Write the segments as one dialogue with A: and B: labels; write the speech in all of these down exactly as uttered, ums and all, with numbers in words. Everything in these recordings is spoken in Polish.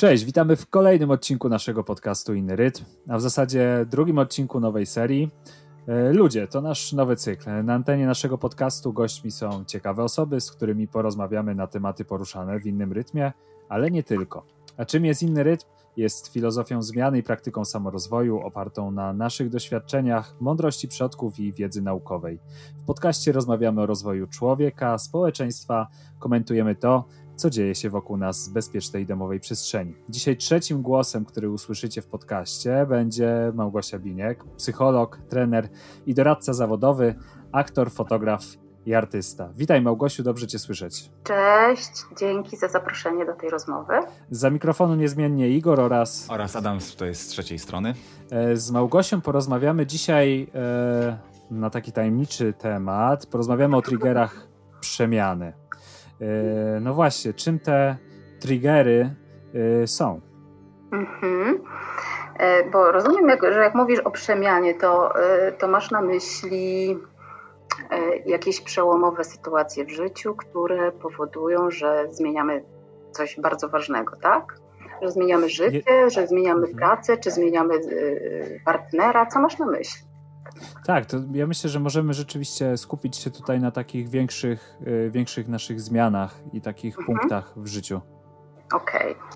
A: Cześć, witamy w kolejnym odcinku naszego podcastu Inny Rytm, a w zasadzie drugim odcinku nowej serii. Ludzie, to nasz nowy cykl. Na antenie naszego podcastu gośćmi są ciekawe osoby, z którymi porozmawiamy na tematy poruszane w innym rytmie, ale nie tylko. A czym jest inny rytm? Jest filozofią zmiany i praktyką samorozwoju opartą na naszych doświadczeniach, mądrości przodków i wiedzy naukowej. W podcaście rozmawiamy o rozwoju człowieka, społeczeństwa, komentujemy to, co dzieje się wokół nas w bezpiecznej domowej przestrzeni. Dzisiaj trzecim głosem, który usłyszycie w podcaście, będzie Małgosia Biniek, psycholog, trener i doradca zawodowy, aktor, fotograf i artysta. Witaj Małgosiu, dobrze Cię słyszeć.
B: Cześć, dzięki za zaproszenie do tej rozmowy.
A: Za mikrofonu niezmiennie Igor oraz...
C: Oraz Adam tutaj z trzeciej strony.
A: Z Małgosią porozmawiamy dzisiaj e, na taki tajemniczy temat. Porozmawiamy o triggerach przemiany. E, no właśnie, czym te triggery e, są?
B: Mhm. E, bo rozumiem, jak, że jak mówisz o przemianie, to, e, to masz na myśli jakieś przełomowe sytuacje w życiu, które powodują, że zmieniamy coś bardzo ważnego, tak? Że zmieniamy życie, Nie... że zmieniamy mhm. pracę, czy zmieniamy partnera. Co masz na myśli?
A: Tak, to ja myślę, że możemy rzeczywiście skupić się tutaj na takich większych, większych naszych zmianach i takich mhm. punktach w życiu.
B: Okej. Okay.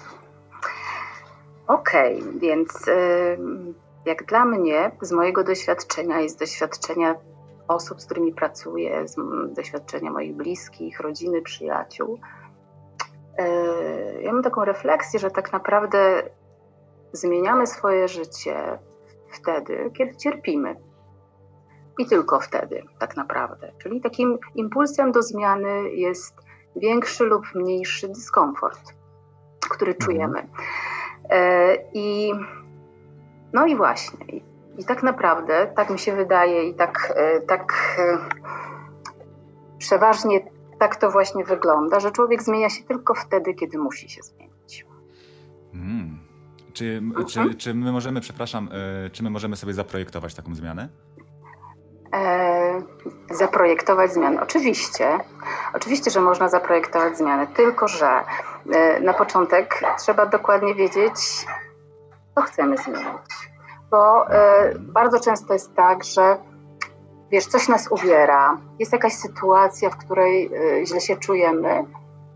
B: Okej, okay, więc jak dla mnie, z mojego doświadczenia i z doświadczenia osób, z którymi pracuję, z doświadczenia moich bliskich, rodziny, przyjaciół. Ja mam taką refleksję, że tak naprawdę zmieniamy swoje życie wtedy, kiedy cierpimy. I tylko wtedy, tak naprawdę. Czyli takim impulsem do zmiany jest większy lub mniejszy dyskomfort, który czujemy. I no i właśnie. I tak naprawdę, tak mi się wydaje i tak, tak przeważnie tak to właśnie wygląda, że człowiek zmienia się tylko wtedy, kiedy musi się zmienić.
C: Hmm. Czy, mhm. czy, czy my możemy, przepraszam, czy my możemy sobie zaprojektować taką zmianę?
B: E, zaprojektować zmianę? Oczywiście. Oczywiście, że można zaprojektować zmianę, tylko że e, na początek trzeba dokładnie wiedzieć, co chcemy zmienić. Bo y, bardzo często jest tak, że wiesz, coś nas uwiera, jest jakaś sytuacja, w której y, źle się czujemy, y,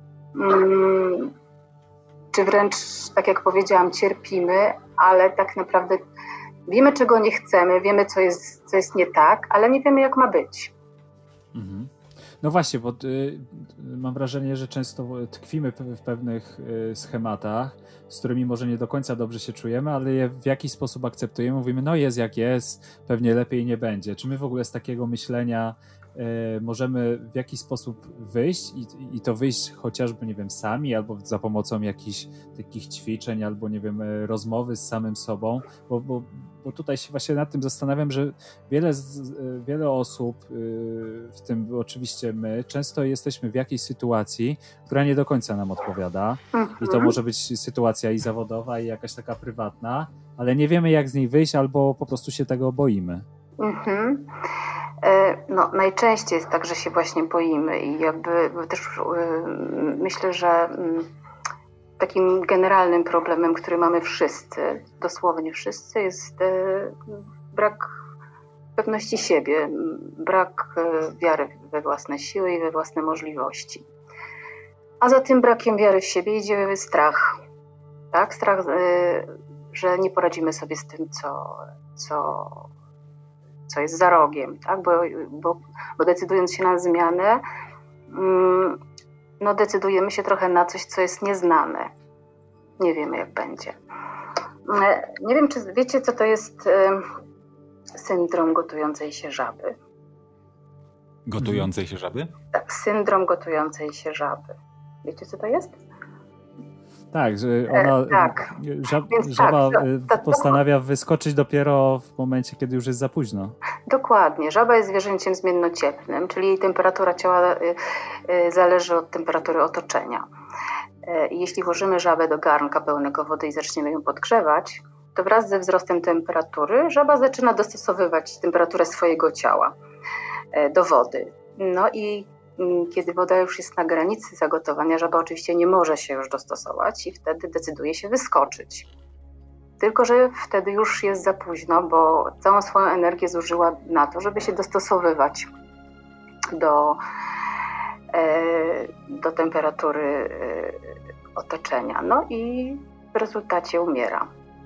B: czy wręcz, tak jak powiedziałam, cierpimy, ale tak naprawdę wiemy, czego nie chcemy, wiemy, co jest, co jest nie tak, ale nie wiemy, jak ma być. Mhm.
A: No właśnie, bo y, mam wrażenie, że często tkwimy w pewnych y, schematach, z którymi może nie do końca dobrze się czujemy, ale je w jakiś sposób akceptujemy, mówimy, no jest jak jest, pewnie lepiej nie będzie. Czy my w ogóle z takiego myślenia y, możemy w jakiś sposób wyjść i, i to wyjść chociażby, nie wiem, sami, albo za pomocą jakichś takich ćwiczeń, albo nie wiem, rozmowy z samym sobą, bo, bo, bo tutaj się właśnie nad tym zastanawiam, że wiele, wiele osób, w tym oczywiście my, często jesteśmy w jakiejś sytuacji, która nie do końca nam odpowiada mhm. i to może być sytuacja i zawodowa, i jakaś taka prywatna, ale nie wiemy, jak z niej wyjść, albo po prostu się tego boimy.
B: Mhm. No, najczęściej jest tak, że się właśnie boimy i jakby też yy, myślę, że yy, takim generalnym problemem, który mamy wszyscy, dosłownie wszyscy, jest yy, brak pewności siebie, brak yy, wiary we własne siły i we własne możliwości. A za tym brakiem wiary w siebie idzie strach. Tak? Strach, yy, że nie poradzimy sobie z tym, co, co, co jest za rogiem. Tak? Bo, bo, bo decydując się na zmianę, yy, no decydujemy się trochę na coś, co jest nieznane. Nie wiemy, jak będzie. Nie wiem, czy wiecie, co to jest syndrom gotującej się żaby.
C: Gotującej się żaby?
B: Tak, syndrom gotującej się żaby. Wiecie, co to jest?
A: Tak, że ona, e, tak. Żab, żaba tak, to, to, postanawia wyskoczyć dopiero w momencie, kiedy już jest za późno.
B: Dokładnie. Żaba jest zwierzęciem zmiennocieplnym, czyli jej temperatura ciała y, y, zależy od temperatury otoczenia. Jeśli włożymy żabę do garnka pełnego wody i zaczniemy ją podgrzewać, to wraz ze wzrostem temperatury żaba zaczyna dostosowywać temperaturę swojego ciała do wody. No i kiedy woda już jest na granicy zagotowania, żaba oczywiście nie może się już dostosować i wtedy decyduje się wyskoczyć. Tylko że wtedy już jest za późno, bo całą swoją energię zużyła na to, żeby się dostosowywać do, do temperatury otoczenia. No i w rezultacie umiera.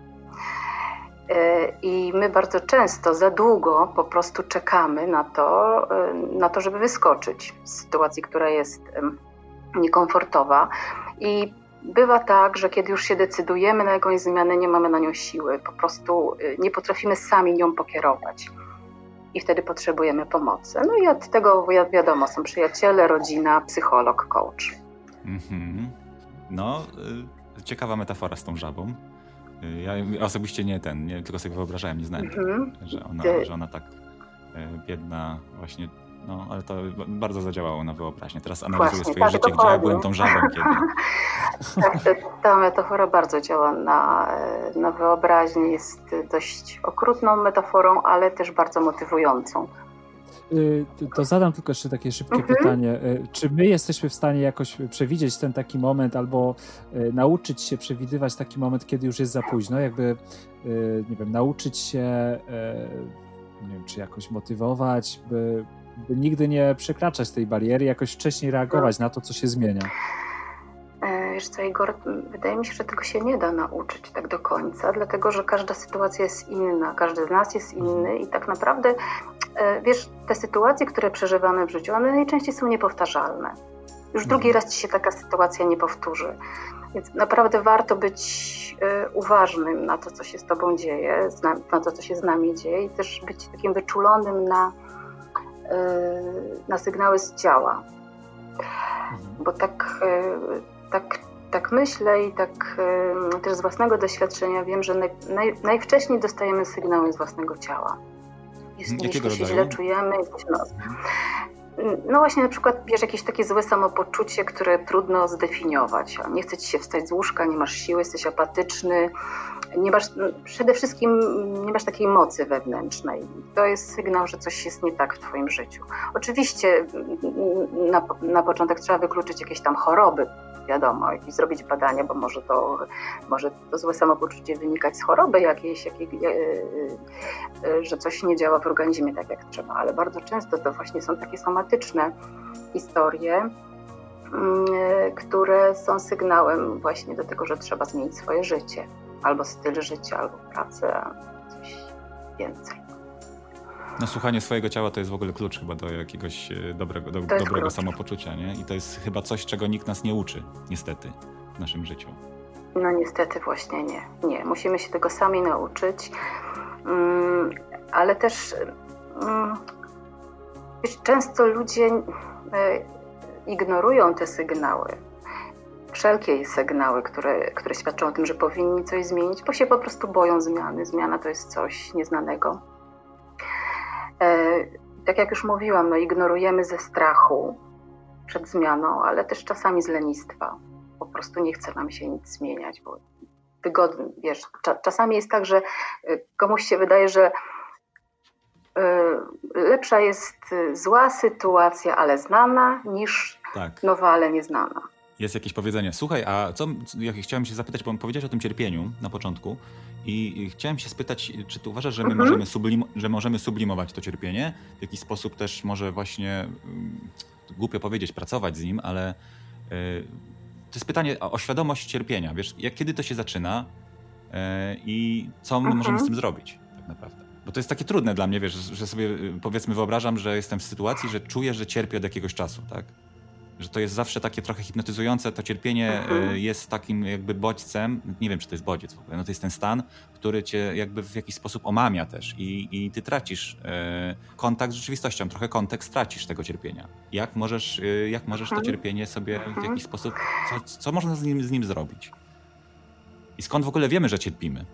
B: I my bardzo często za długo po prostu czekamy na to, na to, żeby wyskoczyć z sytuacji, która jest niekomfortowa. I bywa tak, że kiedy już się decydujemy na jakąś zmianę, nie mamy na nią siły, po prostu nie potrafimy sami nią pokierować. I wtedy potrzebujemy pomocy. No i od tego wiadomo, są przyjaciele, rodzina, psycholog, coach.
C: Mm-hmm. No, ciekawa metafora z tą żabą. Ja osobiście nie ten, nie, tylko sobie wyobrażałem, nie znałem, mm-hmm. że, ona, że ona tak biedna właśnie, no ale to bardzo zadziałało na wyobraźnię. Teraz analizuję właśnie, swoje tak, życie, dokładnie. Gdzie ja byłem tą żabą kiedy.
B: Tak, ta metafora bardzo działa na, na wyobraźnię, jest dość okrutną metaforą, ale też bardzo motywującą.
A: To zadam tylko jeszcze takie szybkie mhm. pytanie. Czy my jesteśmy w stanie jakoś przewidzieć ten taki moment albo nauczyć się przewidywać taki moment, kiedy już jest za późno? Jakby, nie wiem, nauczyć się, nie wiem, czy jakoś motywować, by, by nigdy nie przekraczać tej bariery, jakoś wcześniej reagować na to, co się zmienia?
B: Wiesz co, Igor, wydaje mi się, że tego się nie da nauczyć tak do końca, dlatego że każda sytuacja jest inna, każdy z nas jest inny i tak naprawdę, wiesz, te sytuacje, które przeżywamy w życiu, one najczęściej są niepowtarzalne. Już drugi raz ci się taka sytuacja nie powtórzy. Więc naprawdę warto być uważnym na to, co się z tobą dzieje, na to, co się z nami dzieje i też być takim wyczulonym na, na sygnały z ciała. Bo tak... Tak, tak myślę i tak y, też z własnego doświadczenia wiem, że naj, naj, najwcześniej dostajemy sygnały z własnego ciała. Jeśli się źle czujemy, jesteśmy... No właśnie na przykład bierz jakieś takie złe samopoczucie, które trudno zdefiniować. Nie chce ci się wstać z łóżka, nie masz siły, jesteś apatyczny, nie masz, przede wszystkim nie masz takiej mocy wewnętrznej. To jest sygnał, że coś jest nie tak w twoim życiu. Oczywiście na, na początek trzeba wykluczyć jakieś tam choroby, wiadomo, jakieś zrobić badania, bo może to, może to złe samopoczucie wynikać z choroby jakiejś, jakiej, że coś nie działa w organizmie tak jak trzeba, ale bardzo często to właśnie są takie somatyczne historie, które są sygnałem właśnie do tego, że trzeba zmienić swoje życie, albo styl życia, albo pracę, coś więcej.
C: No, słuchanie swojego ciała to jest w ogóle klucz chyba do jakiegoś dobrego, do, dobrego samopoczucia, nie? I to jest chyba coś, czego nikt nas nie uczy, niestety, w naszym życiu.
B: No niestety właśnie nie. Nie, musimy się tego sami nauczyć, um, ale też um, wiesz, często ludzie y, ignorują te sygnały, wszelkie sygnały, które, które świadczą o tym, że powinni coś zmienić, bo się po prostu boją zmiany. Zmiana to jest coś nieznanego. Tak jak już mówiłam, no ignorujemy ze strachu przed zmianą, ale też czasami z lenistwa. Po prostu nie chce nam się nic zmieniać, bo wygodnie, wiesz, czasami jest tak, że komuś się wydaje, że lepsza jest zła sytuacja, ale znana, niż tak. nowa, ale nieznana.
C: Jest jakieś powiedzenie. Słuchaj, a co, ja chciałem się zapytać, bo powiedziałeś o tym cierpieniu na początku i chciałem się spytać, czy ty uważasz, że my mhm. możemy, sublim, że możemy sublimować to cierpienie? W jakiś sposób też może właśnie, głupio powiedzieć, pracować z nim, ale y, to jest pytanie o, o świadomość cierpienia. Wiesz, jak, kiedy to się zaczyna y, i co my mhm. możemy z tym zrobić tak naprawdę? Bo to jest takie trudne dla mnie, wiesz, że sobie powiedzmy wyobrażam, że jestem w sytuacji, że czuję, że cierpię od jakiegoś czasu, tak? Że to jest zawsze takie trochę hipnotyzujące, to cierpienie mhm. jest takim jakby bodźcem, nie wiem, czy to jest bodziec w ogóle, no to jest ten stan, który cię jakby w jakiś sposób omamia też i, i ty tracisz e, kontakt z rzeczywistością, trochę kontekst tracisz tego cierpienia. Jak możesz, e, jak możesz mhm. to cierpienie sobie w jakiś sposób, co, co można z nim, z nim zrobić? I skąd w ogóle wiemy, że cierpimy?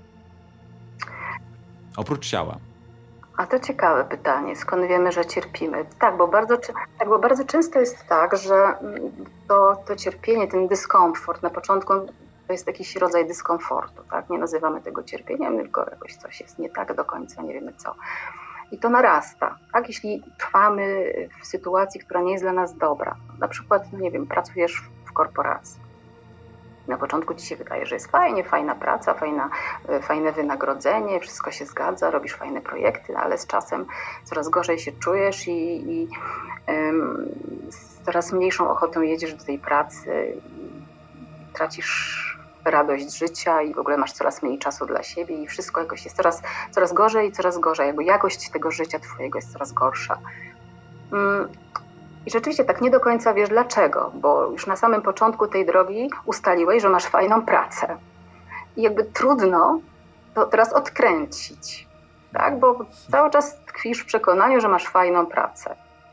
C: Oprócz ciała.
B: A to ciekawe pytanie, skąd wiemy, że cierpimy? Tak, bo bardzo, tak, bo bardzo często jest tak, że to, to cierpienie, ten dyskomfort na początku to jest jakiś rodzaj dyskomfortu, tak? Nie nazywamy tego cierpieniem, tylko jakoś coś jest nie tak do końca, nie wiemy co. I to narasta, tak? Jeśli trwamy w sytuacji, która nie jest dla nas dobra. Na przykład, no nie wiem, pracujesz w korporacji. Na początku ci się wydaje, że jest fajnie, fajna praca, fajna, fajne wynagrodzenie, wszystko się zgadza, robisz fajne projekty, ale z czasem coraz gorzej się czujesz i, i um, z coraz mniejszą ochotą jedziesz do tej pracy i tracisz radość z życia i w ogóle masz coraz mniej czasu dla siebie i wszystko jakoś jest coraz, coraz gorzej i coraz gorzej, jakby jakość tego życia twojego jest coraz gorsza. Um, I rzeczywiście tak nie do końca wiesz dlaczego, bo już na samym początku tej drogi ustaliłeś, że masz fajną pracę. I jakby trudno to teraz odkręcić, tak? Bo cały czas tkwisz w przekonaniu, że masz fajną pracę.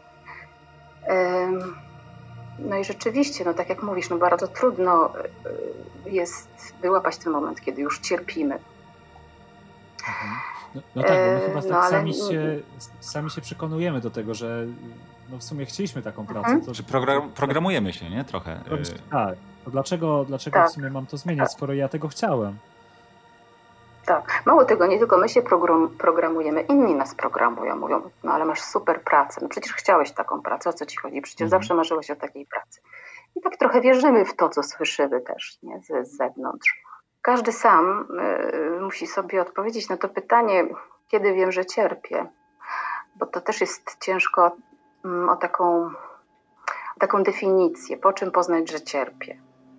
B: No i rzeczywiście, no tak jak mówisz, no bardzo trudno jest wyłapać ten moment, kiedy już cierpimy.
A: No, no tak, bo my chyba
B: no,
A: tak
B: ale...
A: sami, się, sami się przekonujemy do tego, że no w sumie chcieliśmy taką pracę.
B: Mhm.
A: To,
C: Czy program, programujemy się, nie? Trochę.
A: Tak. To dlaczego, dlaczego
B: tak.
A: w sumie mam to zmieniać, skoro ja tego chciałem?
B: Tak. Mało tego, nie tylko my się program, programujemy, inni nas programują. Mówią, no ale masz super pracę. No przecież chciałeś taką pracę, o co ci chodzi? Przecież
A: Mhm.
B: zawsze marzyłeś o takiej pracy. I tak trochę wierzymy w to, co słyszymy też, nie? Z, z zewnątrz. Każdy sam y, musi sobie odpowiedzieć na to pytanie, kiedy wiem, że cierpię. Bo to też jest ciężko y, o taką, o taką definicję. Po czym poznać, że cierpię?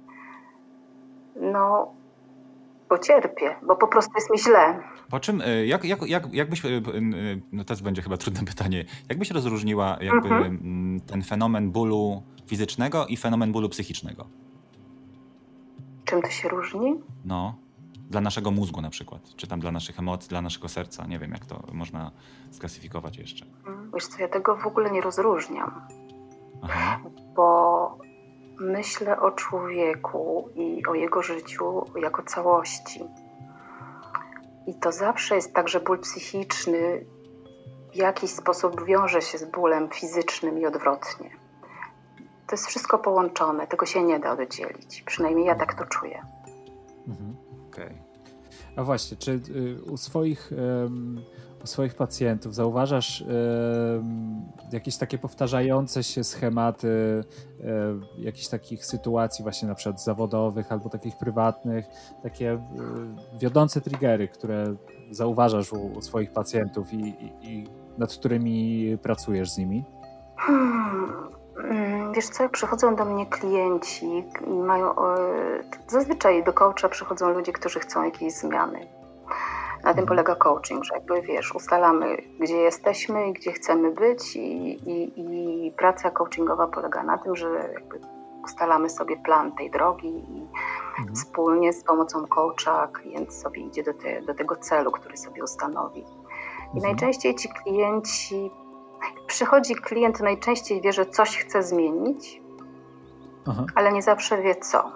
B: No, bo cierpię, bo po prostu jest mi źle.
C: Po czym, jak, jak, jak, jak byś, no to będzie chyba trudne pytanie, jak byś rozróżniła jakby mhm. ten fenomen bólu fizycznego i fenomen bólu psychicznego?
B: Czym to się różni?
C: No, dla naszego mózgu na przykład, czy tam dla naszych emocji, dla naszego serca, nie wiem jak to można sklasyfikować jeszcze.
B: Wiesz co, ja tego w ogóle nie rozróżniam,
C: Aha.
B: bo myślę o człowieku i o jego życiu jako całości. I to zawsze jest tak, że ból psychiczny w jakiś sposób wiąże się z bólem fizycznym i odwrotnie. To jest wszystko połączone, tego się nie da oddzielić. Przynajmniej ja tak to czuję.
A: Mhm.
C: Okej. Okay.
A: A właśnie, czy y, u swoich, um, u swoich pacjentów zauważasz um, jakieś takie powtarzające się schematy um, jakichś takich sytuacji właśnie na przykład zawodowych albo takich prywatnych, takie y, wiodące triggery, które zauważasz u, u swoich pacjentów i, i, i nad którymi pracujesz z nimi?
B: Hmm. Wiesz co, jak przychodzą do mnie klienci i mają, zazwyczaj do coacha przychodzą ludzie, którzy chcą jakiejś zmiany. Na tym polega coaching, że jakby wiesz, ustalamy, gdzie jesteśmy i gdzie chcemy być i, i, i praca coachingowa polega na tym, że jakby ustalamy sobie plan tej drogi i mhm. wspólnie z pomocą coacha klient sobie idzie do, te, do tego celu, który sobie ustanowi. I mhm. najczęściej ci klienci Przychodzi klient, najczęściej wie, że coś chce zmienić, Aha. ale nie zawsze wie co.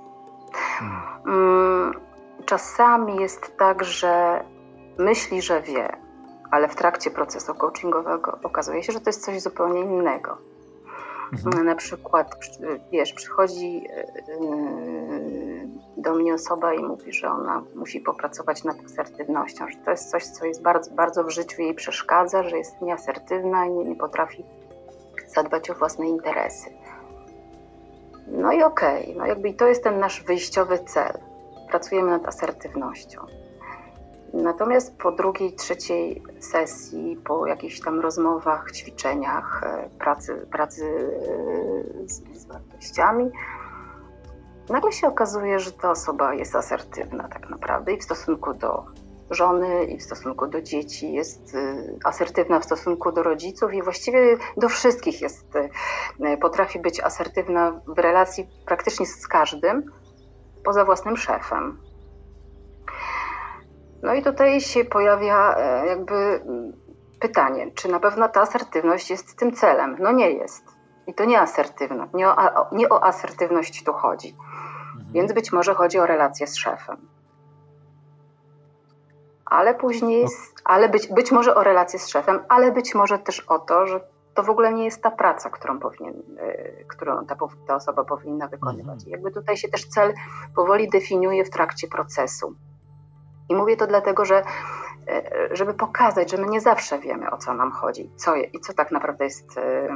B: Hmm. Czasami jest tak, że myśli, że wie, ale w trakcie procesu coachingowego okazuje się, że to jest coś zupełnie innego. Mhm. Na przykład, wiesz, przychodzi do mnie osoba i mówi, że ona musi popracować nad asertywnością, że to jest coś, co jest bardzo, bardzo w życiu jej przeszkadza, że jest nieasertywna i nie, nie potrafi zadbać o własne interesy. No i okej, okay, no jakby to jest ten nasz wyjściowy cel. Pracujemy nad asertywnością. Natomiast po drugiej, trzeciej sesji, po jakichś tam rozmowach, ćwiczeniach, pracy, pracy z, z wartościami, nagle się okazuje, że ta osoba jest asertywna tak naprawdę i w stosunku do żony, i w stosunku do dzieci, jest asertywna w stosunku do rodziców i właściwie do wszystkich jest, potrafi być asertywna w relacji praktycznie z każdym, poza własnym szefem. No i tutaj się pojawia jakby pytanie, czy na pewno ta asertywność jest tym celem? No nie jest. I to nie asertywność, nie o, nie o asertywność tu chodzi. Mhm. Więc być może chodzi o relację z szefem. Ale później, jest, ale być, być może o relację z szefem, ale być może też o to, że to w ogóle nie jest ta praca, którą, powinien, którą ta, ta osoba powinna wykonywać. Mhm. Jakby tutaj się też cel powoli definiuje w trakcie procesu. I mówię to dlatego, że żeby pokazać, że my nie zawsze wiemy, o co nam chodzi, co je, i co tak naprawdę jest,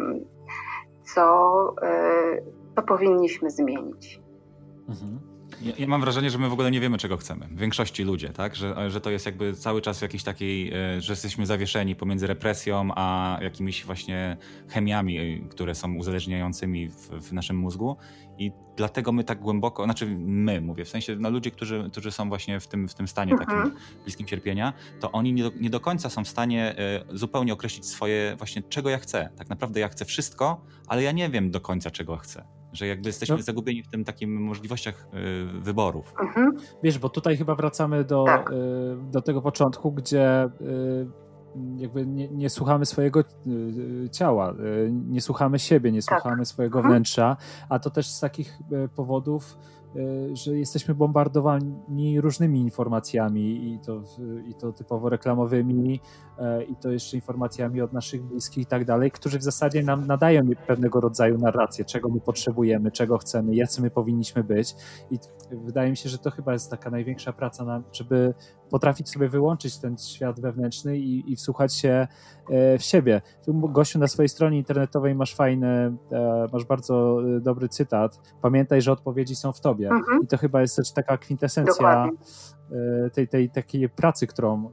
B: co, co powinniśmy zmienić.
C: Mhm. Ja, ja mam wrażenie, że my w ogóle nie wiemy, czego chcemy. W większości ludzie, tak? Że, że to jest jakby cały czas w jakiejś takiej, że jesteśmy zawieszeni pomiędzy represją, a jakimiś właśnie chemiami, które są uzależniającymi w, w naszym mózgu. I dlatego my tak głęboko, znaczy my mówię, w sensie no, ludzie, którzy, którzy są właśnie w tym, w tym stanie takim
B: Mhm.
C: bliskim cierpienia, to oni nie do, nie do końca są w stanie y, zupełnie określić swoje właśnie, czego ja chcę. Tak naprawdę ja chcę wszystko, ale ja nie wiem do końca, czego chcę. Że jakby jesteśmy no. zagubieni w tym takim możliwościach y, wyborów.
B: Mhm.
A: Wiesz, bo tutaj chyba wracamy do,
B: Tak.
A: y, do tego początku, gdzie y, jakby nie, nie słuchamy swojego y, ciała, y, nie słuchamy siebie, nie słuchamy tak. swojego mhm. wnętrza, a to też z takich y, powodów, y, że jesteśmy bombardowani różnymi informacjami i to, i to typowo reklamowymi, y, i to jeszcze informacjami od naszych bliskich i tak dalej, którzy w zasadzie nam nadają pewnego rodzaju narrację, czego my potrzebujemy, czego chcemy, jacy my powinniśmy być. I wydaje mi się, że to chyba jest taka największa praca, nam, żeby potrafić sobie wyłączyć ten świat wewnętrzny i, i wsłuchać się w siebie. Ty, Gosiu, na swojej stronie internetowej masz fajny, masz bardzo dobry cytat. Pamiętaj, że odpowiedzi są w tobie. Mhm. I to chyba jest też taka kwintesencja tej, tej takiej pracy, którą,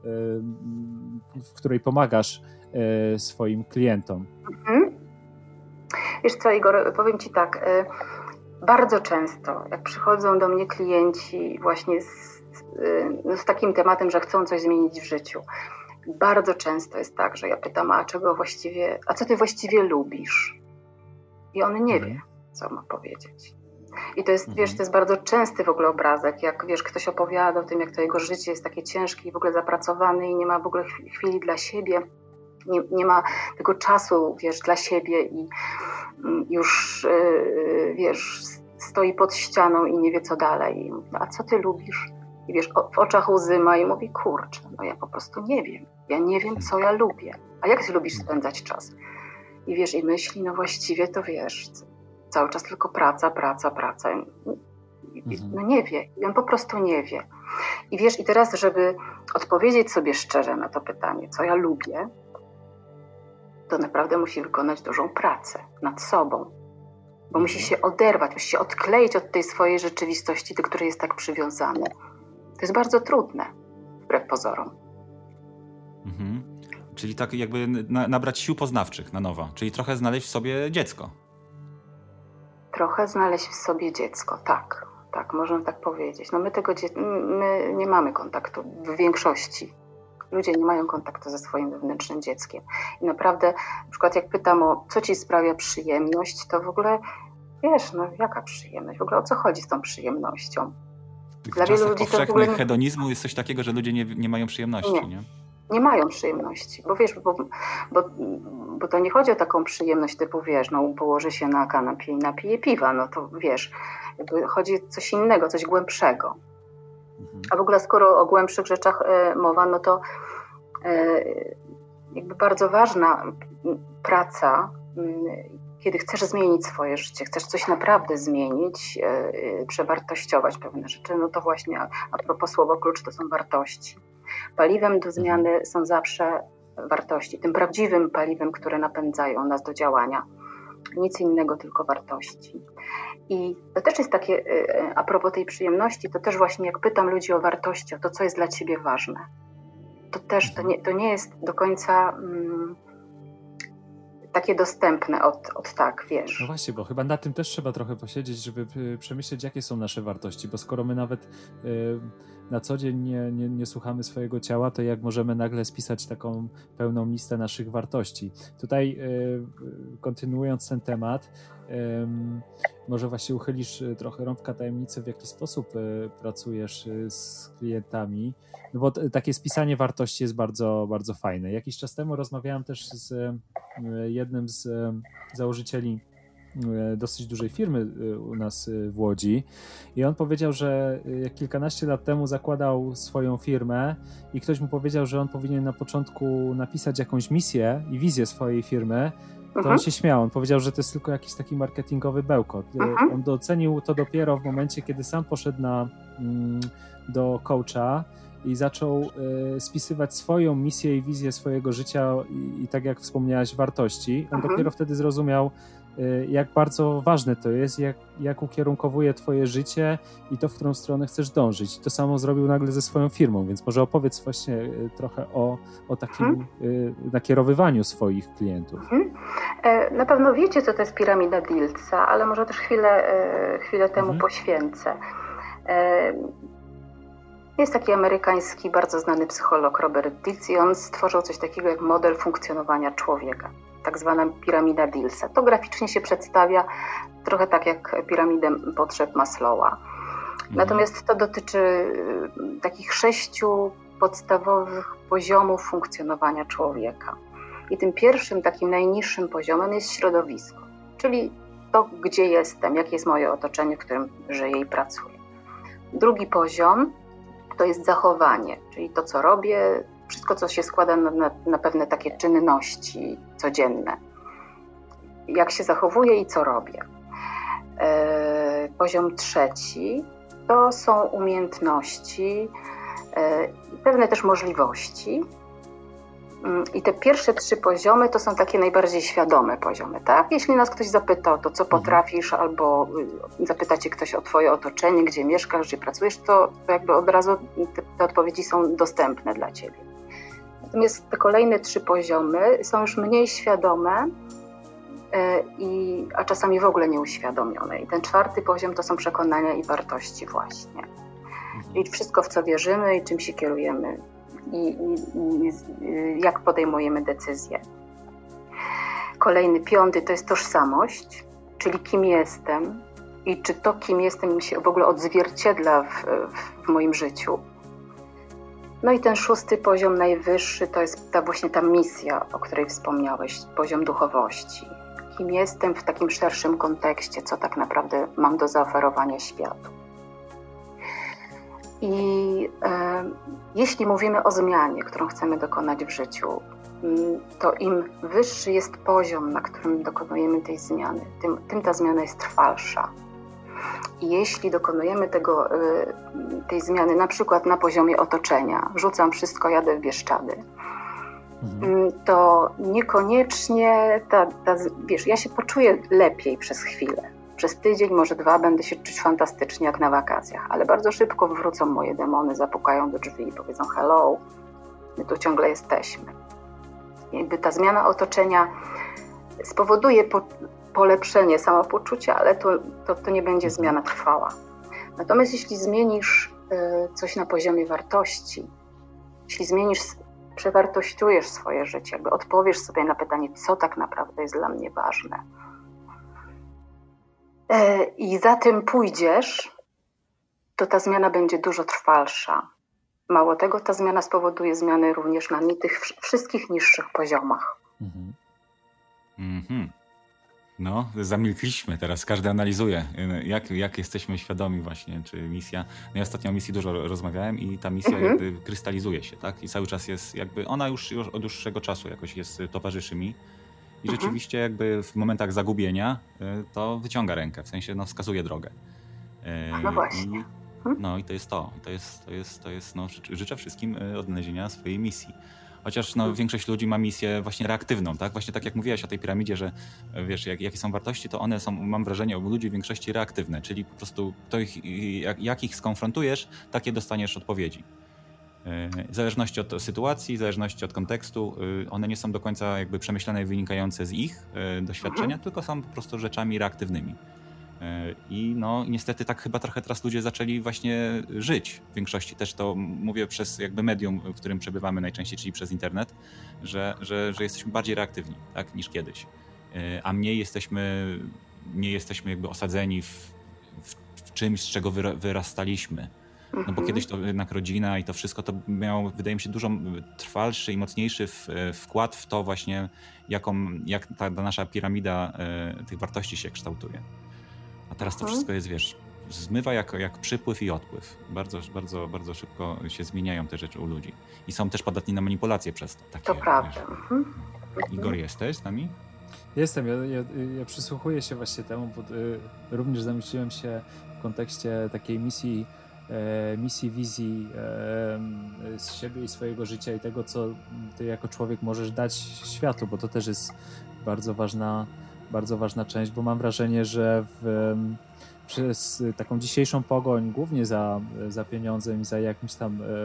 A: w której pomagasz swoim klientom.
B: Mhm. Wiesz co, Igor, powiem ci tak, bardzo często, jak przychodzą do mnie klienci właśnie z, z takim tematem, że chcą coś zmienić w życiu, bardzo często jest tak, że ja pytam, a czego właściwie, a co ty właściwie lubisz? I on nie wie, co ma powiedzieć. I to jest, mhm. wiesz, to jest bardzo częsty w ogóle obrazek, jak wiesz, ktoś opowiada o tym, jak to jego życie jest takie ciężkie i w ogóle zapracowane i nie ma w ogóle chwili dla siebie, nie, nie ma tego czasu, wiesz, dla siebie i już, yy, wiesz, stoi pod ścianą i nie wie, co dalej. I mówi, a co ty lubisz? I wiesz, w oczach łzy ma i mówi, kurczę, no ja po prostu nie wiem. Ja nie wiem, co ja lubię. A jak ty lubisz spędzać czas? I wiesz, i myśli, no właściwie to wiesz, cały czas tylko praca, praca, praca. I, no nie wie. I on po prostu nie wie. I wiesz, i teraz, żeby odpowiedzieć sobie szczerze na to pytanie, co ja lubię, to naprawdę musi wykonać dużą pracę nad sobą. Bo musi się oderwać, musi się odkleić od tej swojej rzeczywistości, do której jest tak przywiązany. To jest bardzo trudne, wbrew pozorom.
C: Mhm. Czyli tak jakby na, nabrać sił poznawczych na nowo, czyli trochę znaleźć w sobie dziecko.
B: Trochę znaleźć w sobie dziecko, tak. Tak, można tak powiedzieć. No my tego dzie- my nie mamy kontaktu w większości. Ludzie nie mają kontaktu ze swoim wewnętrznym dzieckiem. I naprawdę, na przykład jak pytam o co ci sprawia przyjemność, to w ogóle, wiesz, no jaka przyjemność? W ogóle o co chodzi z tą przyjemnością?
C: W Dla wielu ludzi to w ogóle hedonizmu jest coś takiego, że ludzie nie, nie mają przyjemności, nie? nie?
B: Nie mają przyjemności, bo wiesz, bo, bo, bo to nie chodzi o taką przyjemność typu, wiesz, no położy się na kanapie i napije piwa, no to wiesz, jakby chodzi o coś innego, coś głębszego. Mhm. A w ogóle skoro o głębszych rzeczach e, mowa, no to e, jakby bardzo ważna praca, m, kiedy chcesz zmienić swoje życie, chcesz coś naprawdę zmienić, e, przewartościować pewne rzeczy, no to właśnie a, a propos słowa klucz to są wartości. Paliwem do zmiany są zawsze wartości. Tym prawdziwym paliwem, które napędzają nas do działania. Nic innego, tylko wartości. I to też jest takie, a propos tej przyjemności, to też właśnie jak pytam ludzi o wartości, o to, co jest dla ciebie ważne, to też to nie, to nie jest do końca mm, takie dostępne od, od tak, wiesz.
A: No właśnie, bo chyba na tym też trzeba trochę posiedzieć, żeby przemyśleć, jakie są nasze wartości, bo skoro my nawet y, na co dzień nie, nie, nie słuchamy swojego ciała, to jak możemy nagle spisać taką pełną listę naszych wartości. Tutaj y, kontynuując ten temat, y, może właśnie uchylisz trochę rąbka tajemnicy, w jaki sposób y, pracujesz y, z klientami, no bo t- takie spisanie wartości jest bardzo, bardzo fajne. Jakiś czas temu rozmawiałem też z y, jednym z y, założycieli dosyć dużej firmy u nas w Łodzi i on powiedział, że jak kilkanaście lat temu zakładał swoją firmę i ktoś mu powiedział, że on powinien na początku napisać jakąś misję i wizję swojej firmy, to uh-huh. on się śmiał. On powiedział, że to jest tylko jakiś taki marketingowy bełkot. Uh-huh. On docenił to dopiero w momencie, kiedy sam poszedł na, do coacha i zaczął y, spisywać swoją misję i wizję swojego życia i, i tak jak wspomniałaś, wartości. On
B: Mhm.
A: dopiero wtedy zrozumiał, y, jak bardzo ważne to jest, jak, jak ukierunkowuje twoje życie i to, w którą stronę chcesz dążyć. I to samo zrobił nagle ze swoją firmą, więc może opowiedz właśnie y, trochę o, o takim
B: Mhm.
A: y, nakierowywaniu swoich klientów.
B: Mhm. Na pewno wiecie, co to jest piramida Diltsa, ale może też chwilę, chwilę temu
A: Mhm.
B: poświęcę. Jest taki amerykański, bardzo znany psycholog Robert Dilts i on stworzył coś takiego jak model funkcjonowania człowieka, tak zwana piramida Diltsa. To graficznie się przedstawia trochę tak jak piramidę potrzeb Maslowa.
C: Mhm.
B: Natomiast to dotyczy takich sześciu podstawowych poziomów funkcjonowania człowieka. I tym pierwszym, takim najniższym poziomem jest środowisko, czyli to, gdzie jestem, jakie jest moje otoczenie, w którym żyję i pracuję. Drugi poziom to jest zachowanie, czyli to, co robię, wszystko, co się składa na, na, na pewne takie czynności codzienne. Jak się zachowuję i co robię. E, poziom trzeci to są umiejętności, e, pewne też możliwości. I te pierwsze trzy poziomy to są takie najbardziej świadome poziomy, tak? Jeśli nas ktoś zapyta o to, co potrafisz, albo zapyta cię ktoś o twoje otoczenie, gdzie mieszkasz, gdzie pracujesz, to, to jakby od razu te, te odpowiedzi są dostępne dla ciebie. Natomiast te kolejne trzy poziomy są już mniej świadome, i, a czasami w ogóle nieuświadomione. I ten czwarty poziom to są przekonania i wartości właśnie. Czyli wszystko, w co wierzymy i czym się kierujemy. I, i, i jak podejmujemy decyzje. Kolejny, piąty, to jest tożsamość, czyli kim jestem i czy to, kim jestem, się w ogóle odzwierciedla w, w moim życiu. No i ten szósty poziom, najwyższy, to jest ta właśnie ta misja, o której wspomniałeś, poziom duchowości. Kim jestem w takim szerszym kontekście, co tak naprawdę mam do zaoferowania światu. I e, jeśli mówimy o zmianie, którą chcemy dokonać w życiu, to im wyższy jest poziom, na którym dokonujemy tej zmiany, tym, tym ta zmiana jest trwalsza. I jeśli dokonujemy tego, e, tej zmiany na przykład na poziomie otoczenia, rzucam wszystko, jadę w Bieszczady, mhm. to niekoniecznie, ta, ta, wiesz, ja się poczuję lepiej przez chwilę. Przez tydzień, może dwa będę się czuć fantastycznie jak na wakacjach, ale bardzo szybko wrócą moje demony, zapukają do drzwi i powiedzą hello, my tu ciągle jesteśmy. Jakby ta zmiana otoczenia spowoduje po, polepszenie samopoczucia, ale to, to, to nie będzie zmiana trwała. Natomiast jeśli zmienisz y, coś na poziomie wartości, jeśli zmienisz, przewartościujesz swoje życie, jakby odpowiesz sobie na pytanie, co tak naprawdę jest dla mnie ważne, i za tym pójdziesz, to ta zmiana będzie dużo trwalsza. Mało tego, ta zmiana spowoduje zmiany również na tych wszystkich niższych poziomach.
C: Mhm. Mm-hmm. No, zamilkliśmy teraz, każdy analizuje, jak, jak jesteśmy świadomi właśnie, czy misja. No ja ostatnio o misji dużo rozmawiałem i ta misja mhm. jakby krystalizuje się, tak? I cały czas jest jakby, ona już, już od dłuższego czasu jakoś jest, towarzyszy mi. I rzeczywiście jakby w momentach zagubienia to wyciąga rękę, w sensie no, wskazuje drogę.
B: No właśnie.
C: I, no i to jest to. To jest, to jest, to jest no, życzę wszystkim odnalezienia swojej misji. Chociaż no, większość ludzi ma misję właśnie reaktywną, tak? Właśnie tak jak mówiłaś o tej piramidzie, że wiesz, jak, jakie są wartości, to one są, mam wrażenie, u ludzi w większości reaktywne, czyli po prostu to ich, jak, jak ich skonfrontujesz, takie dostaniesz odpowiedzi. W zależności od sytuacji, w zależności od kontekstu, one nie są do końca jakby przemyślane i wynikające z ich doświadczenia, mhm. tylko są po prostu rzeczami reaktywnymi. I no niestety tak chyba trochę teraz ludzie zaczęli właśnie żyć w większości. Też to mówię przez jakby medium, w którym przebywamy najczęściej, czyli przez internet, że, że, że jesteśmy bardziej reaktywni, tak, niż kiedyś. A mniej jesteśmy, mniej jesteśmy jakby osadzeni w, w, w czymś, z czego wyrastaliśmy. No bo kiedyś to jednak rodzina i to wszystko to miało, wydaje mi się, dużo trwalszy i mocniejszy w, wkład w to właśnie, jaką, jak ta, ta nasza piramida e, tych wartości się kształtuje. A teraz to wszystko jest, wiesz, zmywa jak, jak przypływ i odpływ. Bardzo, bardzo, bardzo szybko się zmieniają te rzeczy u ludzi. I są też podatni na manipulacje przez to. Takie,
B: to prawda. Mhm.
C: Igor, jesteś z nami?
A: Jestem. Ja, ja, ja przysłuchuję się właśnie temu, bo y, również zamyśliłem się w kontekście takiej misji e, misji, wizji e, z siebie i swojego życia i tego, co ty jako człowiek możesz dać światu, bo to też jest bardzo ważna, bardzo ważna część, bo mam wrażenie, że w, przez taką dzisiejszą pogoń, głównie za, za pieniądzem i za jakimś tam e,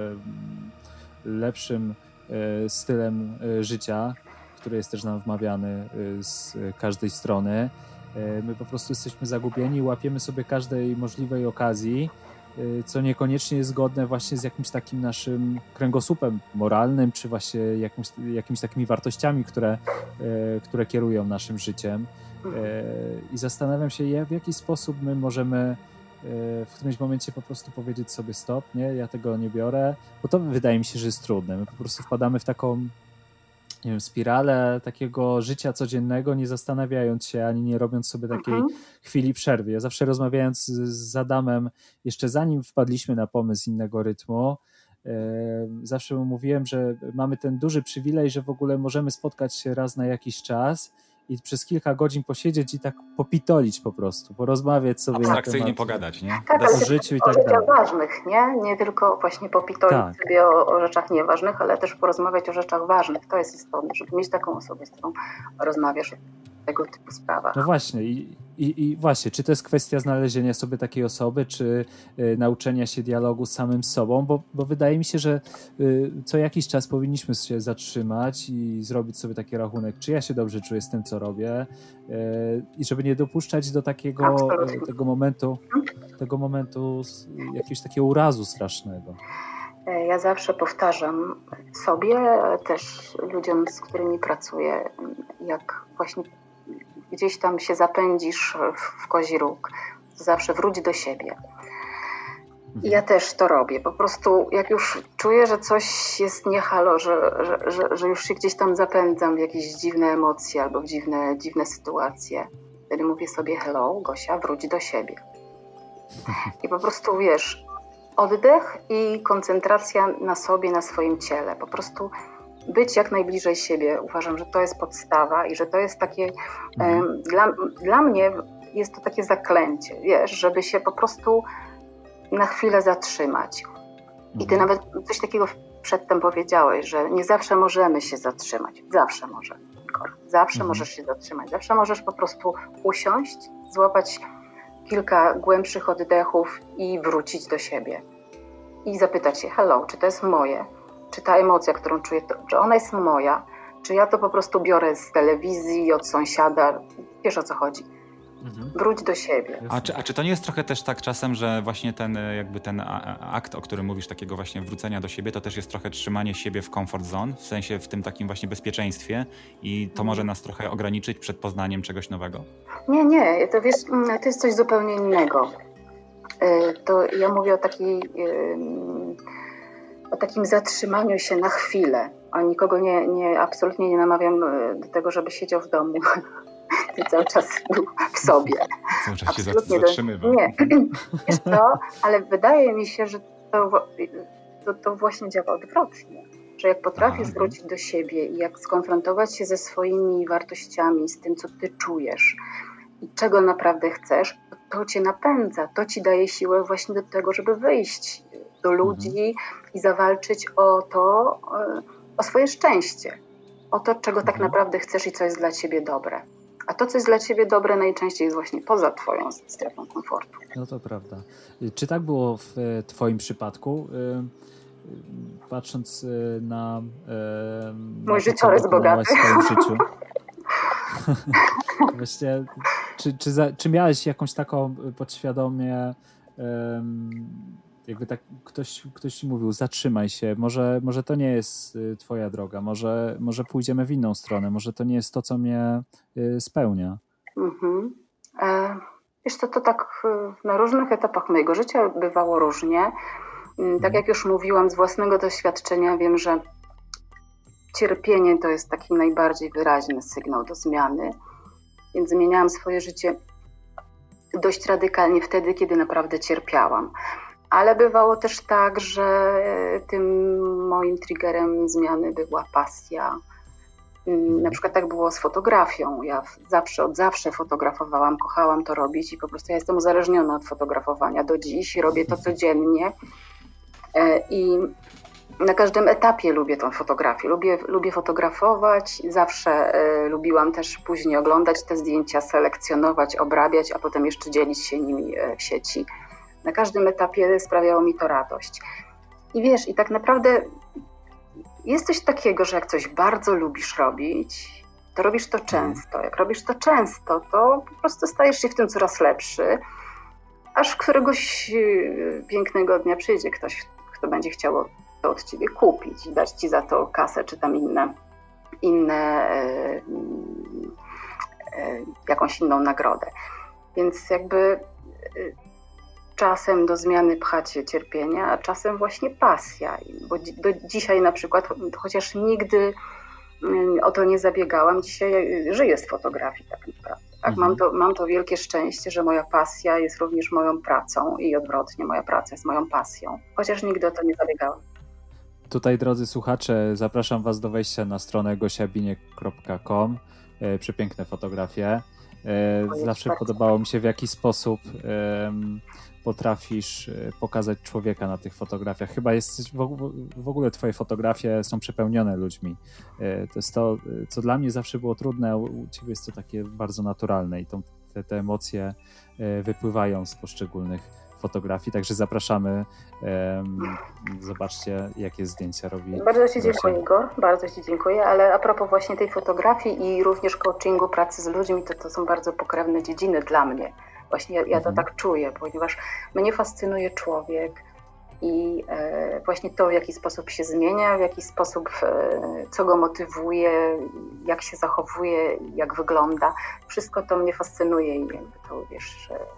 A: lepszym e, stylem e, życia, który jest też nam wmawiany z każdej strony. My po prostu jesteśmy zagubieni, łapiemy sobie każdej możliwej okazji, co niekoniecznie jest zgodne właśnie z jakimś takim naszym kręgosłupem moralnym, czy właśnie jakimś, jakimiś takimi wartościami, które, które kierują naszym życiem. I zastanawiam się, w jaki sposób my możemy w którymś momencie po prostu powiedzieć sobie stop, nie, ja tego nie biorę, bo to wydaje mi się, że jest trudne. My po prostu wpadamy w taką, nie wiem, spiralę takiego życia codziennego, nie zastanawiając się, ani nie robiąc sobie takiej mhm. chwili przerwy. Ja zawsze rozmawiając z, z Adamem, jeszcze zanim wpadliśmy na pomysł innego rytmu, e, zawsze mu mówiłem, że mamy ten duży przywilej, że w ogóle możemy spotkać się raz na jakiś czas i przez kilka godzin posiedzieć i tak popitolić po prostu, porozmawiać sobie
C: abstrakcyjnie
A: na temat,
C: pogadać, nie?
B: Tak,
A: o życiu i tak
B: o
A: dalej.
B: ważnych, nie? Nie tylko właśnie popitolić
A: tak.
B: sobie o, o rzeczach nieważnych, ale też porozmawiać o rzeczach ważnych. To jest istotne, żeby mieć taką osobę, z którą rozmawiasz o tego typu sprawach.
A: No właśnie i, i, i właśnie, czy to jest kwestia znalezienia sobie takiej osoby, czy y, nauczenia się dialogu z samym sobą, bo, bo wydaje mi się, że y, co jakiś czas powinniśmy się zatrzymać i zrobić sobie taki rachunek, czy ja się dobrze czuję z tym, co robię, y, i żeby nie dopuszczać do takiego y, tego momentu, tego momentu jakiegoś takiego urazu strasznego.
B: Ja zawsze powtarzam sobie, ale też ludziom, z którymi pracuję, jak właśnie gdzieś tam się zapędzisz w kozi róg, to zawsze wróć do siebie. I ja też to robię. Po prostu jak już czuję, że coś jest nie halo, że, że, że, że już się gdzieś tam zapędzam w jakieś dziwne emocje albo w dziwne, dziwne sytuacje, wtedy mówię sobie hello, Gosia, wróć do siebie. I po prostu wiesz, oddech i koncentracja na sobie, na swoim ciele. Po prostu być jak najbliżej siebie. Uważam, że to jest podstawa i że to jest takie, mhm. um, dla, dla mnie jest to takie zaklęcie, wiesz, żeby się po prostu na chwilę zatrzymać. I ty nawet coś takiego przedtem powiedziałeś, że nie zawsze możemy się zatrzymać. Zawsze możemy. Zawsze mhm. możesz się zatrzymać. Zawsze możesz po prostu usiąść, złapać kilka głębszych oddechów i wrócić do siebie. I zapytać się, hello, czy to jest moje? Czy ta emocja, którą czuję, to, czy ona jest moja? Czy ja to po prostu biorę z telewizji, od sąsiada? Wiesz, o co chodzi. Mhm. Wróć do siebie.
C: A czy, a czy to nie jest trochę też tak czasem, że właśnie ten jakby ten akt, o którym mówisz, takiego właśnie wrócenia do siebie, to też jest trochę trzymanie siebie w comfort zone, w sensie w tym takim właśnie bezpieczeństwie i to mhm. może nas trochę ograniczyć przed poznaniem czegoś nowego?
B: Nie, nie, to wiesz, to jest coś zupełnie innego. To ja mówię o takiej, o takim zatrzymaniu się na chwilę. A nikogo nie, nie, absolutnie nie namawiam do tego, żeby siedział w domu. Ty cały czas był w sobie.
C: Cały czas się zatrzymywał.
B: Nie, wiesz co, ale wydaje mi się, że to, to, to właśnie działa odwrotnie. Że jak potrafisz Aha. wrócić do siebie i jak skonfrontować się ze swoimi wartościami, z tym, co ty czujesz i czego naprawdę chcesz, to cię napędza, to ci daje siłę właśnie do tego, żeby wyjść do ludzi mhm. i zawalczyć o to, o swoje szczęście, o to, czego mhm. tak naprawdę chcesz i co jest dla ciebie dobre. A to, co jest dla ciebie dobre, najczęściej jest właśnie poza twoją strefą komfortu.
A: No to prawda. Czy tak było w twoim przypadku? Patrząc na
B: mój na życiorys bogaty.
A: W swoim życiu. Właśnie, czy, czy, za, czy miałeś jakąś taką podświadomie, um, jakby tak ktoś, ktoś ci mówił, zatrzymaj się, może, może to nie jest twoja droga, może, może pójdziemy w inną stronę, może to nie jest to, co mnie y, spełnia.
B: Mhm. E, wiesz co, to tak na różnych etapach mojego życia bywało różnie. Tak mhm. jak już mówiłam, z własnego doświadczenia wiem, że cierpienie to jest taki najbardziej wyraźny sygnał do zmiany, więc zmieniałam swoje życie dość radykalnie wtedy, kiedy naprawdę cierpiałam. Ale bywało też tak, że tym moim triggerem zmiany była pasja, Na przykład tak było z fotografią. Ja zawsze, od zawsze fotografowałam, kochałam to robić i po prostu ja jestem uzależniona od fotografowania do dziś. Robię to codziennie i na każdym etapie lubię tą fotografię. Lubię, lubię fotografować. Zawsze lubiłam też później oglądać te zdjęcia, selekcjonować, obrabiać, a potem jeszcze dzielić się nimi w sieci. Na każdym etapie sprawiało mi to radość. I wiesz, i tak naprawdę jest coś takiego, że jak coś bardzo lubisz robić, to robisz to często. Jak robisz to często, to po prostu stajesz się w tym coraz lepszy, aż któregoś pięknego dnia przyjdzie ktoś, kto będzie chciał to od ciebie kupić i dać ci za to kasę, czy tam inne, inne e, e, jakąś inną nagrodę. Więc jakby e, czasem do zmiany pchacie cierpienia, a czasem właśnie pasja. Bo dzi- do dzisiaj na przykład, chociaż nigdy o to nie zabiegałam, dzisiaj żyję z fotografii tak naprawdę. Tak?
A: Mhm.
B: Mam, to, mam to wielkie szczęście, że moja pasja jest również moją pracą i odwrotnie, moja praca jest moją pasją. Chociaż nigdy o to nie zabiegałam.
A: Tutaj, drodzy słuchacze, zapraszam was do wejścia na stronę gosiabiniek kropka com. E, przepiękne fotografie. E, zawsze bardzo podobało mi się, w jaki sposób e, potrafisz pokazać człowieka na tych fotografiach. Chyba jest w, w ogóle twoje fotografie są przepełnione ludźmi. E, to jest to, co dla mnie zawsze było trudne, a u ciebie jest to takie bardzo naturalne i tą, te, te emocje e, wypływają z poszczególnych fotografii, także zapraszamy. Um, zobaczcie, jakie zdjęcia robi.
B: Bardzo Ci dziękuję, Igor, bardzo Ci dziękuję, ale a propos właśnie tej fotografii i również coachingu, pracy z ludźmi, to, to są bardzo pokrewne dziedziny dla mnie. Właśnie ja, ja to
A: mhm.
B: tak czuję, ponieważ mnie fascynuje człowiek i e, właśnie to, w jaki sposób się zmienia, w jaki sposób, e, co go motywuje, jak się zachowuje, jak wygląda. Wszystko to mnie fascynuje i jakby to, wiesz, e,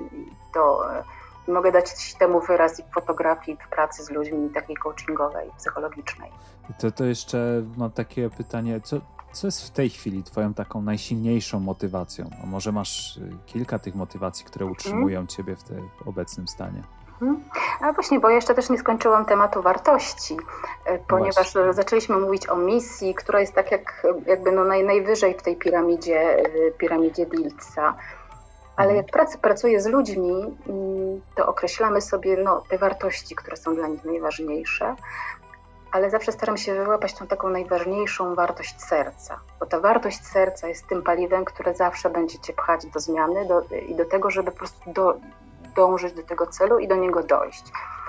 B: to e, mogę dać temu wyraz i w fotografii, w pracy z ludźmi, takiej coachingowej, psychologicznej.
A: To, to jeszcze mam takie pytanie, co, co jest w tej chwili twoją taką najsilniejszą motywacją? A może masz kilka tych motywacji, które utrzymują hmm. ciebie w tym obecnym stanie?
B: Hmm. A właśnie, bo jeszcze też nie skończyłam tematu wartości, ponieważ właśnie zaczęliśmy mówić o misji, która jest tak jak jakby no naj, najwyżej w tej piramidzie, piramidzie Diltsa. Ale jak pracy, pracuję z ludźmi, to określamy sobie no, te wartości, które są dla nich najważniejsze, ale zawsze staram się wyłapać tą taką najważniejszą wartość serca, bo ta wartość serca jest tym paliwem, które zawsze będzie cię pchać do zmiany do, i do tego, żeby po prostu do, dążyć do tego celu i do niego dojść.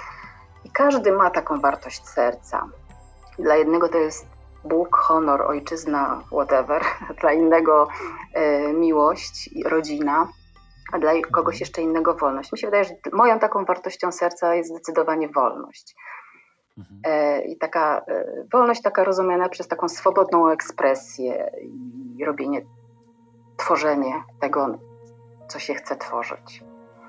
B: I każdy ma taką wartość serca. Dla jednego to jest Bóg, honor, ojczyzna, whatever, dla innego e, miłość, rodzina, a dla kogoś jeszcze innego wolność. Mi się wydaje, że moją taką wartością serca jest zdecydowanie wolność. Mhm. E, I taka e, wolność taka rozumiana przez taką swobodną ekspresję i robienie, tworzenie tego, co się chce tworzyć.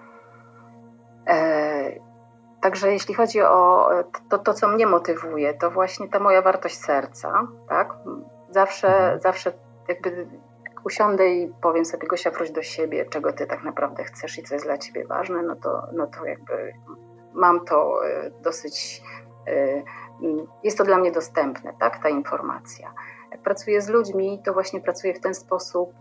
B: E, także jeśli chodzi o to, to, co mnie motywuje, to właśnie ta moja wartość serca, tak? Zawsze, mhm. zawsze jakby usiądę i powiem sobie, Gosia, wróć do siebie, czego ty tak naprawdę chcesz i co jest dla ciebie ważne, no to, no to jakby mam to dosyć, jest to dla mnie dostępne, tak, ta informacja. Jak pracuję z ludźmi, to właśnie pracuję w ten sposób,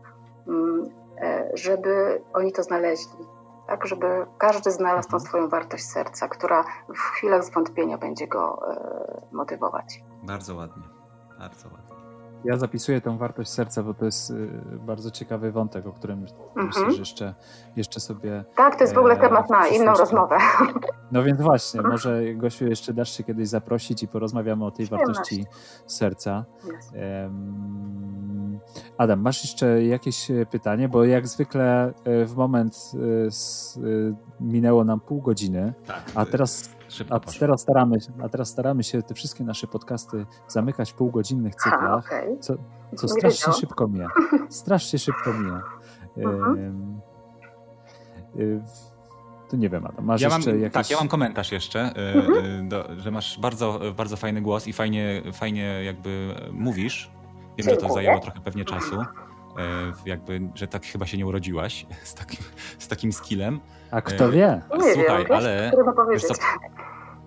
B: żeby oni to znaleźli, tak, żeby każdy znalazł tą swoją wartość serca, która w chwilach zwątpienia będzie go motywować.
C: Bardzo ładnie, bardzo ładnie.
A: Ja zapisuję tę wartość serca, bo to jest y, bardzo ciekawy wątek, o którym mm-hmm. myślę, że jeszcze, jeszcze sobie...
B: Tak, to jest w ogóle e, temat na inną rozmowę.
A: No więc właśnie, może Gosiu jeszcze dasz się kiedyś zaprosić i porozmawiamy o tej wartości serca. Yes. Um, Adam, masz jeszcze jakieś pytanie? Bo jak zwykle w moment z, minęło nam pół godziny, tak, a teraz... A teraz, staramy, a teraz staramy się te wszystkie nasze podcasty zamykać w półgodzinnych cyklach, a, okay. co, co strasznie szybko mija. Strasznie szybko mija. Uh-huh. Yy, to nie wiem, Adam, masz
C: ja
A: jeszcze
C: mam,
A: jakieś...
C: Tak, ja mam komentarz jeszcze, uh-huh. do, że masz bardzo, bardzo fajny głos i fajnie, fajnie jakby mówisz. Wiem, Dziękuję. że to zajęło trochę pewnie czasu. Jakby, że tak chyba się nie urodziłaś z takim, z takim skillem.
A: A kto wie?
B: Nie
C: Słuchaj,
B: wiem,
C: ale wiesz co,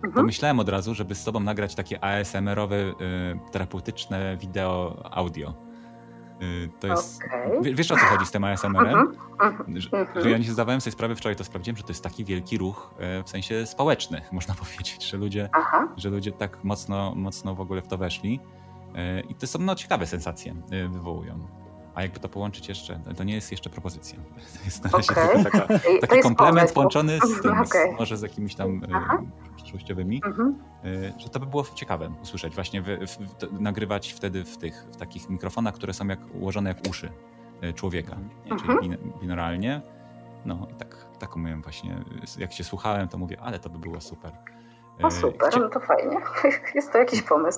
C: pomyślałem od razu, żeby z tobą nagrać takie A S M R-owe, y, terapeutyczne wideo audio. To jest,
B: okay.
C: Wiesz, o co chodzi z tym A S M R-em?
B: Mm-hmm.
C: Że, że ja nie zdawałem sobie sprawy, wczoraj to sprawdziłem, że to jest taki wielki ruch w sensie społeczny, można powiedzieć, że ludzie, że ludzie tak mocno, mocno w ogóle w to weszli i to są no, ciekawe sensacje wywołują. A jakby to połączyć jeszcze, to nie jest jeszcze propozycja. To jest na razie
B: okay.
C: taka, taki
B: to jest
C: komplement
B: pomysł.
C: połączony z tym,
B: okay.
C: z, może z jakimiś tam
B: Aha.
C: przyszłościowymi,
B: mm-hmm.
C: że to by było ciekawe usłyszeć, właśnie w, w, to, nagrywać wtedy w tych w takich mikrofonach, które są jak ułożone jak uszy człowieka, nie? Czyli
B: mm-hmm.
C: binauralnie. No i tak, tak umiem właśnie, jak się słuchałem, to mówię, ale to by było super.
B: No super, Chcia... no to fajnie. Jest to jakiś pomysł.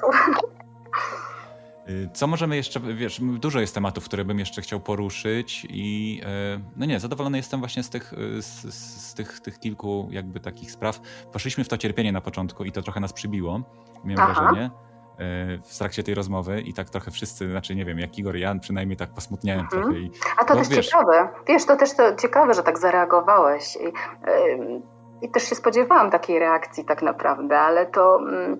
C: Co możemy jeszcze, wiesz, dużo jest tematów, które bym jeszcze chciał poruszyć i no nie, zadowolony jestem właśnie z tych, z, z tych, tych kilku jakby takich spraw. Poszliśmy w to cierpienie na początku i to trochę nas przybiło, miałem Aha. wrażenie, w trakcie tej rozmowy i tak trochę wszyscy, znaczy nie wiem, jak Igor i Jan, przynajmniej tak posmutniałem mhm. trochę. I,
B: A to też wiesz, ciekawe, wiesz, to też to ciekawe, że tak zareagowałeś. I, yy... I też się spodziewałam takiej reakcji tak naprawdę, ale to,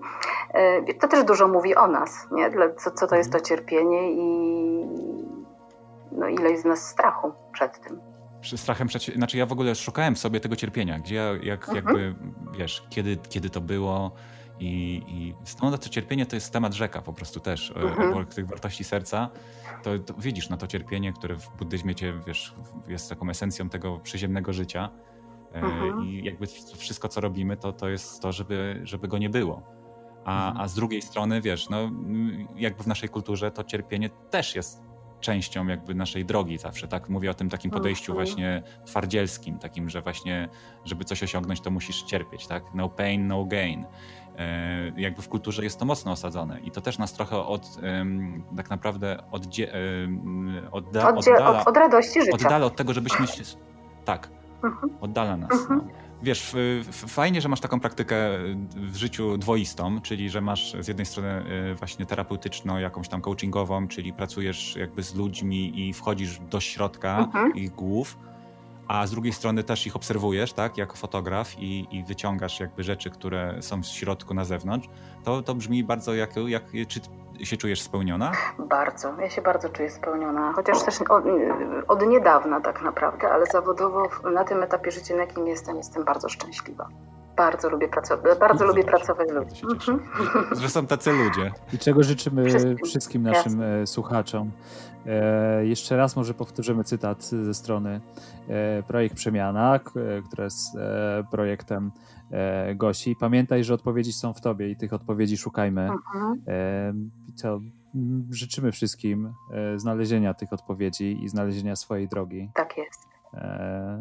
B: to też dużo mówi o nas, nie? Co, co to jest to cierpienie i no, ile jest z nas strachu przed tym.
C: Strachem przed... Znaczy ja w ogóle szukałem sobie tego cierpienia, gdzie ja, jak, mhm. jakby, wiesz, kiedy, kiedy to było i, i stąd to cierpienie to jest temat rzeka po prostu też, mhm. tych wartości serca. To, to widzisz, no to cierpienie, które w buddyzmie cię, wiesz, jest taką esencją tego przyziemnego życia. Mhm. I jakby wszystko, co robimy, to, to jest to, żeby, żeby go nie było. A, mhm. a z drugiej strony, wiesz, no jakby w naszej kulturze to cierpienie też jest częścią jakby naszej drogi zawsze, tak? Mówię o tym takim podejściu mhm. właśnie twardzielskim, takim, że właśnie, żeby coś osiągnąć, to musisz cierpieć, tak? No pain, no gain. E, jakby w kulturze jest to mocno osadzone i to też nas trochę od, um, tak naprawdę oddzie, um, odda,
B: Oddzie,
C: oddala,
B: od, od radości życia.
C: Oddala od tego, żebyśmy się... Tak. Oddala nas. No. Wiesz, f- f- fajnie, że masz taką praktykę w życiu dwoistą, czyli że masz z jednej strony właśnie terapeutyczną, jakąś tam coachingową, czyli pracujesz jakby z ludźmi i wchodzisz do środka mhm. ich głów, a z drugiej strony też ich obserwujesz, tak, jako fotograf i, i wyciągasz jakby rzeczy, które są w środku na zewnątrz. To, to brzmi bardzo jak, jak... Czy się czujesz spełniona?
B: Bardzo. Ja się bardzo czuję spełniona. Chociaż też od, od niedawna tak naprawdę, ale zawodowo na tym etapie życia, na jakim jestem, jestem bardzo szczęśliwa. Bardzo lubię pracować, bardzo lubię pracować z ludźmi.
C: Mhm. Że są tacy ludzie.
A: I czego życzymy wszystkim, wszystkim naszym
B: Jasne.
A: słuchaczom. E, jeszcze raz może powtórzymy cytat ze strony e, Projekt Przemiana, k- która jest e, projektem e, Gosi. Pamiętaj, że odpowiedzi są w tobie i tych odpowiedzi szukajmy.
B: Mhm.
A: E, i co, życzymy wszystkim e, znalezienia tych odpowiedzi i znalezienia swojej drogi.
B: Tak jest.
A: E,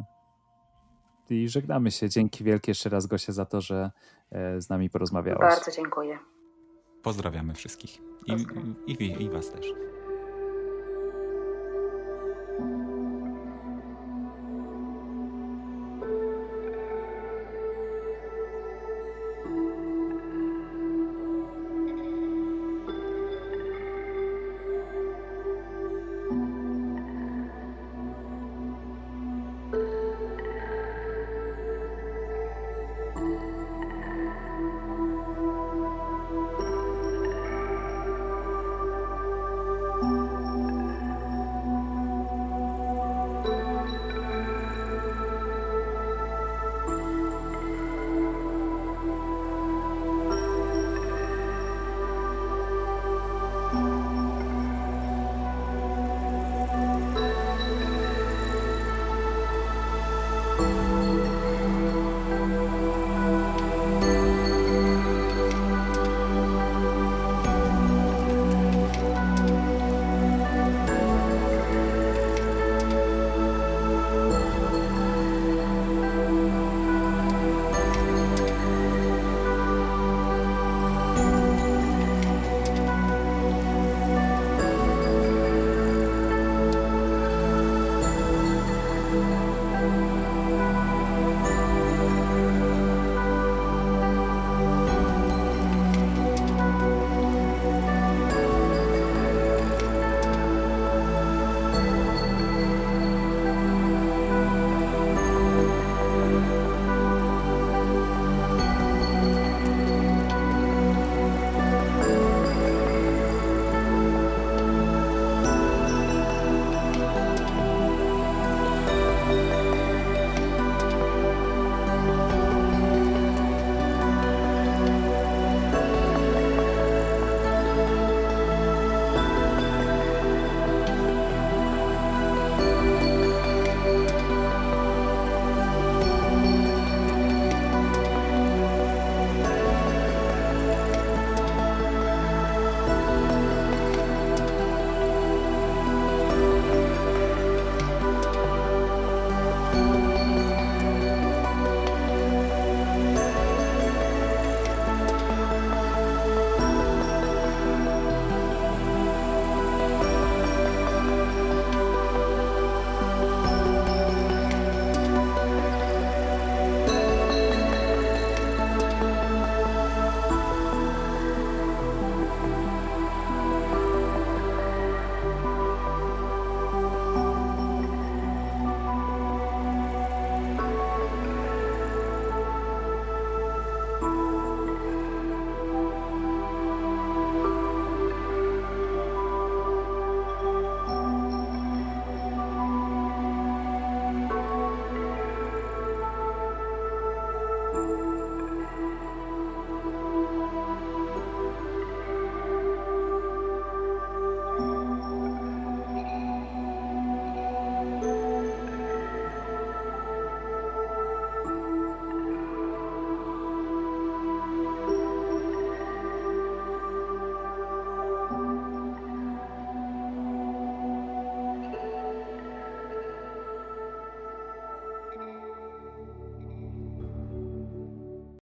A: I żegnamy się. Dzięki wielkie jeszcze raz, Gosia, za to, że e, z nami porozmawiałaś.
B: Bardzo dziękuję.
C: Pozdrawiamy wszystkich. I, i, i, i was też.